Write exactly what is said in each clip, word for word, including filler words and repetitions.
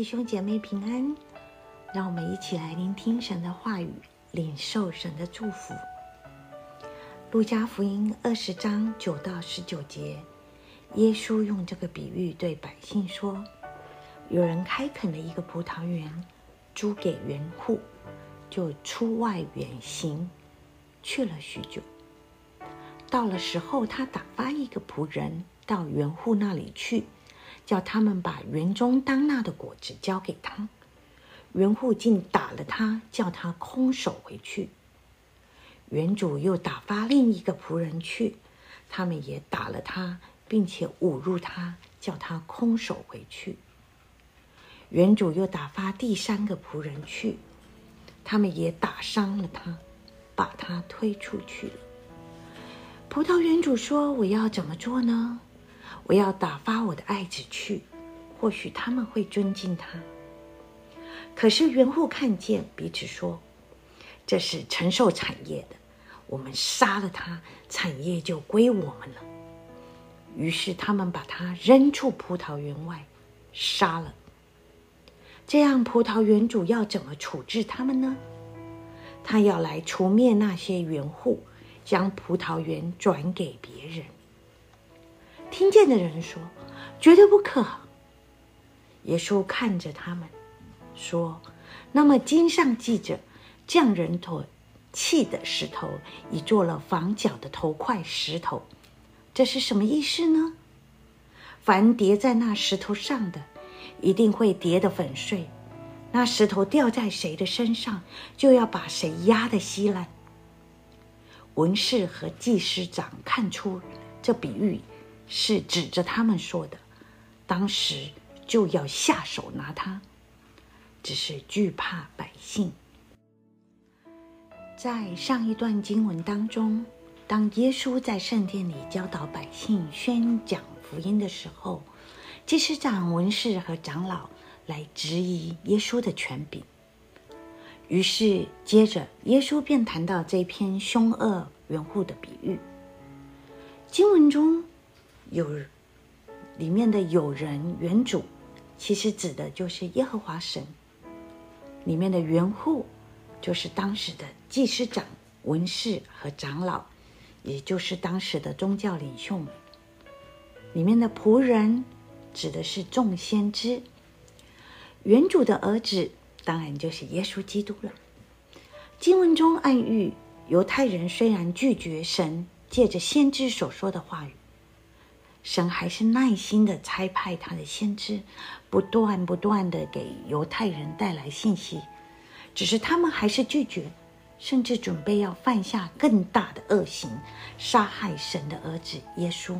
弟兄姐妹平安，让我们一起来聆听神的话语，领受神的祝福。路加福音二十章九到十九节，耶稣用这个比喻对百姓说：有人开垦了一个葡萄园，租给园户，就出外远行，去了许久。到了时候，他打发一个仆人到园户那里去，叫他们把园中当纳的果子交给他。园户竟打了他，叫他空手回去。园主又打发另一个仆人去，他们也打了他，并且侮辱他，叫他空手回去。园主又打发第三个仆人去，他们也打伤了他，把他推出去了。葡萄园主说：我要怎么做呢？我要打发我的爱子去，或许他们会尊敬他。可是园户看见，彼此说：这是承受产业的，我们杀了他，产业就归我们了。于是他们把他扔出葡萄园外，杀了。这样葡萄园主要怎么处置他们呢？他要来除灭那些园户，将葡萄园转给别人。听见的人说：绝对不可。耶稣看着他们说：那么经上记着，匠人所弃的石头，已做了房角的头块石头，这是什么意思呢？凡跌在那石头上的，一定会跌得粉碎，那石头掉在谁的身上，就要把谁压得稀烂。文士和祭司长看出这比喻是指着他们说的，当时就要下手拿他，只是惧怕百姓。在上一段经文当中，当耶稣在圣殿里教导百姓宣讲福音的时候，祭司长、文士和长老来质疑耶稣的权柄。于是接着耶稣便谈到这篇凶恶园户的比喻。经文中有里面的有人园主，其实指的就是耶和华神。里面的园户就是当时的祭司长、文士和长老，也就是当时的宗教领袖们。里面的仆人指的是众先知。园主的儿子当然就是耶稣基督了。经文中暗喻，犹太人虽然拒绝神借着先知所说的话语，神还是耐心的差派他的先知，不断不断的给犹太人带来信息，只是他们还是拒绝，甚至准备要犯下更大的恶行，杀害神的儿子耶稣。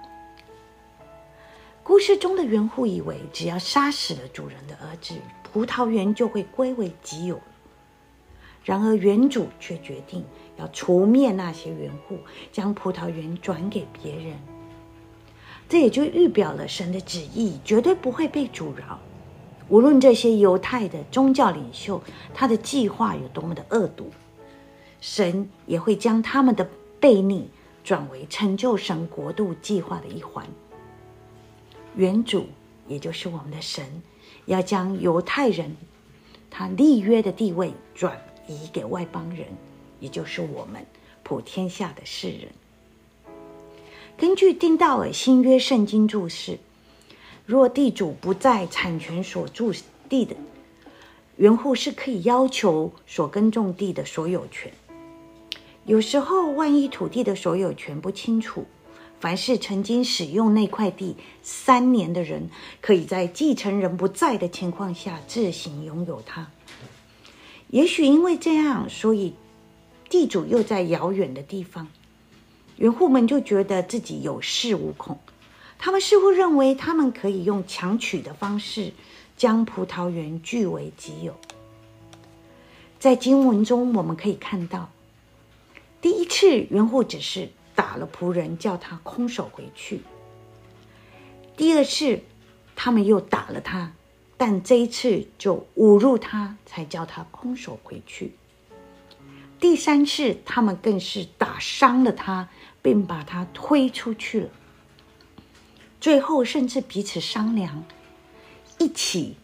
故事中的园户以为只要杀死了主人的儿子，葡萄园就会归为己有了。然而园主却决定要除灭那些园户，将葡萄园转给别人。这也就预表了神的旨意绝对不会被阻挠。无论这些犹太的宗教领袖他的计划有多么的恶毒，神也会将他们的悖逆转为成就神国度计划的一环。园主也就是我们的神，要将犹太人他立约的地位转移给外邦人，也就是我们普天下的世人。根据丁道尔新约圣经注释，若地主不在产权所住地的，园户是可以要求所耕种地的所有权。有时候万一土地的所有权不清楚，凡是曾经使用那块地三年的人，可以在继承人不在的情况下自行拥有它。也许因为这样，所以地主又在遥远的地方，园户们就觉得自己有恃无恐，他们似乎认为他们可以用强取的方式将葡萄园据为己有。在经文中我们可以看到，第一次园户只是打了仆人，叫他空手回去。第二次他们又打了他，但这一次就侮辱他，才叫他空手回去。第三次他们更是打伤了他，并把他推出去了。最后甚至彼此商量，一起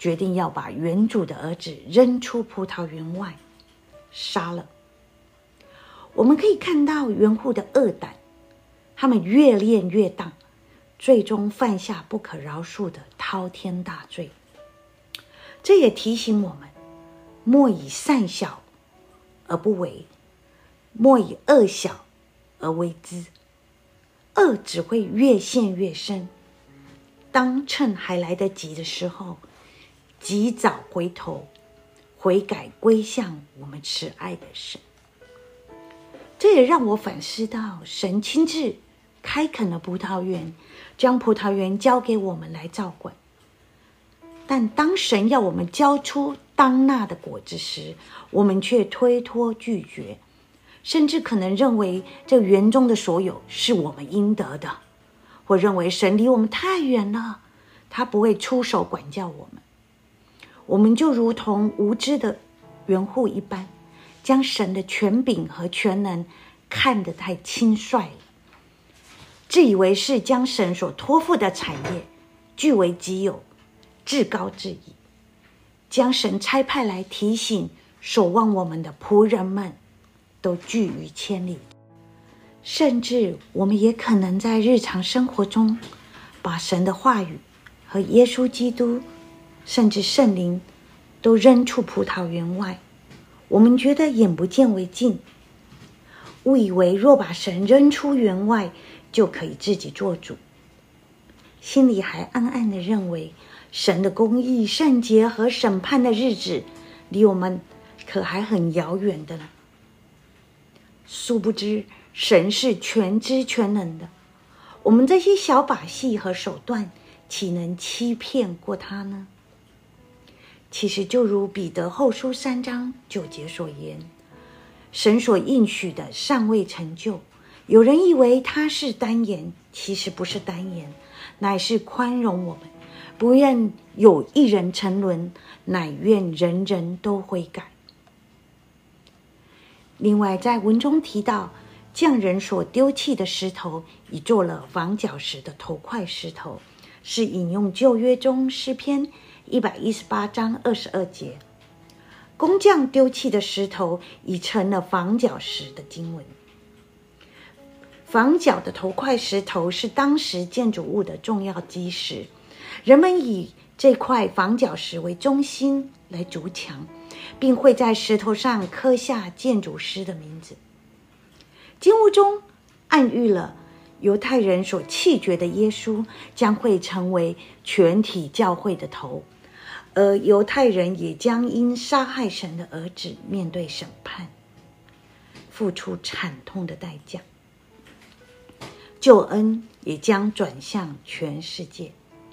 决定要把原主的儿子扔出葡萄园外，杀了。我们可以看到园户的恶胆，他们越练越大，最终犯下不可饶恕的滔天大罪。这也提醒我们，莫以善小而不为，莫以恶小而为之。恶只会越陷越深，当趁还来得及的时候，及早回头悔改，归向我们慈爱的神。这也让我反思到，神亲自开垦了葡萄园，将葡萄园交给我们来照管。但当神要我们交出当纳的果子时，我们却推脱拒绝，甚至可能认为这园中的所有是我们应得的，或认为神离我们太远了，他不会出手管教我们。我们就如同无知的园户一般，将神的权柄和权能看得太轻率了，自以为是将神所托付的产业据为己有，自高自义，将神差派来提醒守望我们的仆人们都拒于千里。甚至我们也可能在日常生活中把神的话语和耶稣基督甚至圣灵都扔出葡萄园外，我们觉得眼不见为净，误以为若把神扔出园外就可以自己做主，心里还暗暗地认为神的公义、圣洁和审判的日子离我们可还很遥远的呢。殊不知神是全知全能的，我们这些小把戏和手段岂能欺骗过他呢？其实就如彼得后书三章九节所言，神所应许的尚未成就，有人以为他是单言，其实不是单言，乃是宽容我们，不愿有一人沉沦，乃愿人人都悔改。另外在文中提到，匠人所丢弃的石头已做了房角石的头块石头，是引用旧约中诗篇一百一十八章二十二节，工匠丢弃的石头已成了房角石的经文。房角的头块石头是当时建筑物的重要基石，人们以这块房角石为中心来筑墙，并会在石头上刻下建筑师的名字。经文中暗喻了犹太人所弃绝的耶稣将会成为全体教会的头，而犹太人也将因杀害神的儿子面对审判，付出惨痛的代价。救恩也将转向全世界。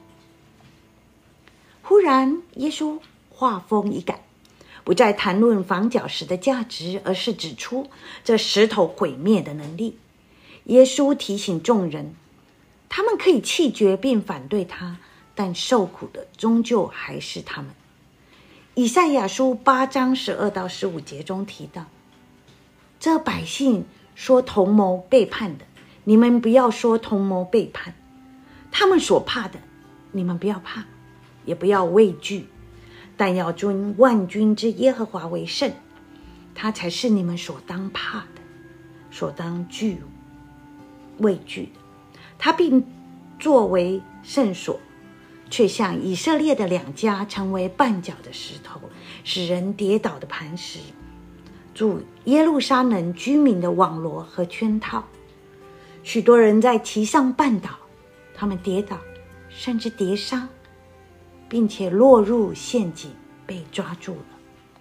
忽然耶稣话锋一改，不再谈论房角石的价值，而是指出这石头毁灭的能力。耶稣提醒众人，他们可以弃绝并反对他，但受苦的终究还是他们。以赛亚书八章十二到十五节中提到，这百姓说同谋背叛的，你们不要说同谋背叛，他们所怕的，你们不要怕，也不要畏惧，但要尊万军之耶和华为圣，他才是你们所当怕的，所当惧畏惧的。他并作为圣所，却像以色列的两家成为绊脚的石头，使人跌倒的磐石，筑耶路撒冷居民的网罗和圈套。许多人在其上绊倒，他们跌倒，甚至跌伤，并且落入陷阱，被抓住了。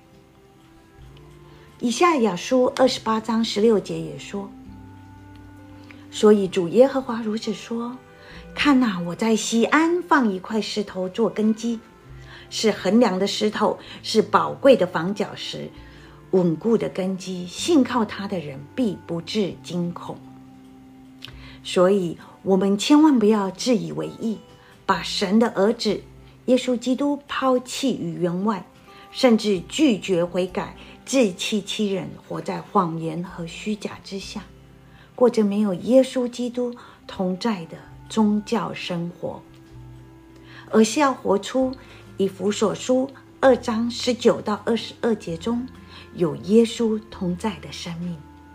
以赛亚书二十八章十六节也说，所以主耶和华如此说，看哪，我在锡安放一块石头做根基，是衡量的石头，是宝贵的房角石，稳固的根基，信靠他的人必不致惊恐。所以我们千万不要自以为意，把神的儿子耶稣基督抛弃于园外，甚至拒绝悔改，自欺欺人，活在谎言和虚假之下，过着没有耶稣基督同在的宗教生活，而是要活出以弗所书二章十九到二十二节中有耶稣同在的生命。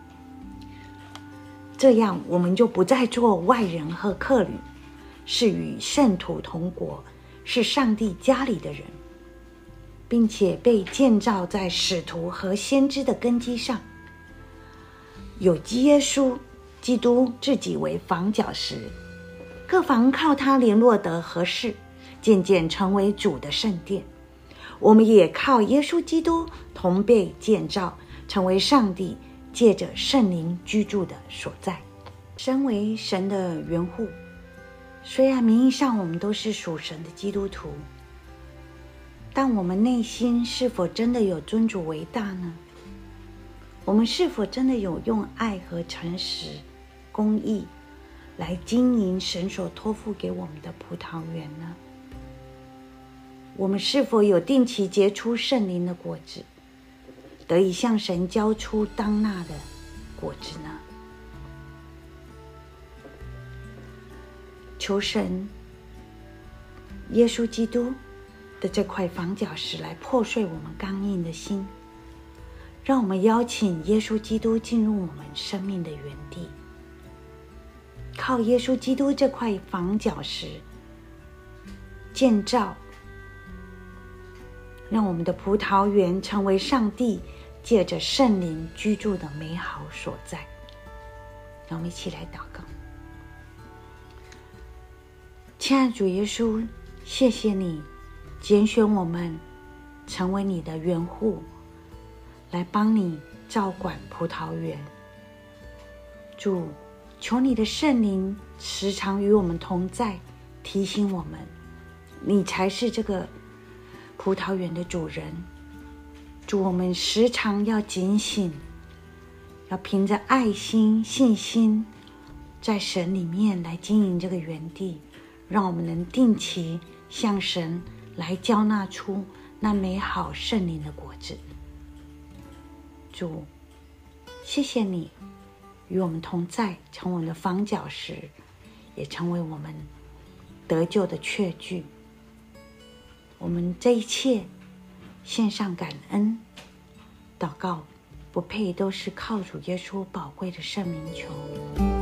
这样我们就不再做外人和客旅，是与圣徒同国，是上帝家里的人，并且被建造在使徒和先知的根基上，有耶稣基督自己为房角石，各房靠他联络得合适，渐渐成为主的圣殿。我们也靠耶稣基督同被建造，成为上帝借着圣灵居住的所在。身为神的园户，虽然名义上我们都是属神的基督徒，但我们内心是否真的有尊主为大呢？我们是否真的有用爱和诚实、公义来经营神所托付给我们的葡萄园呢？我们是否有定期结出圣灵的果子，得以向神交出当纳的果子呢？求神耶稣基督的这块房角石来破碎我们刚硬的心，让我们邀请耶稣基督进入我们生命的原地，靠耶稣基督这块房角石建造，让我们的葡萄园成为上帝借着圣灵居住的美好所在。让我们一起来祷告。亲爱的主耶稣，谢谢你拣选我们成为你的园户，来帮你照管葡萄园。主，求你的圣灵时常与我们同在，提醒我们你才是这个葡萄园的主人。主，我们时常要警醒，要凭着爱心、信心，在神里面来经营这个园地，让我们能定期向神来交纳出那美好圣灵的果子。主，谢谢你与我们同在，成为我们的房角石，也成为我们得救的确据。我们这一切献上感恩祷告，不配都是靠主耶稣宝贵的圣名求。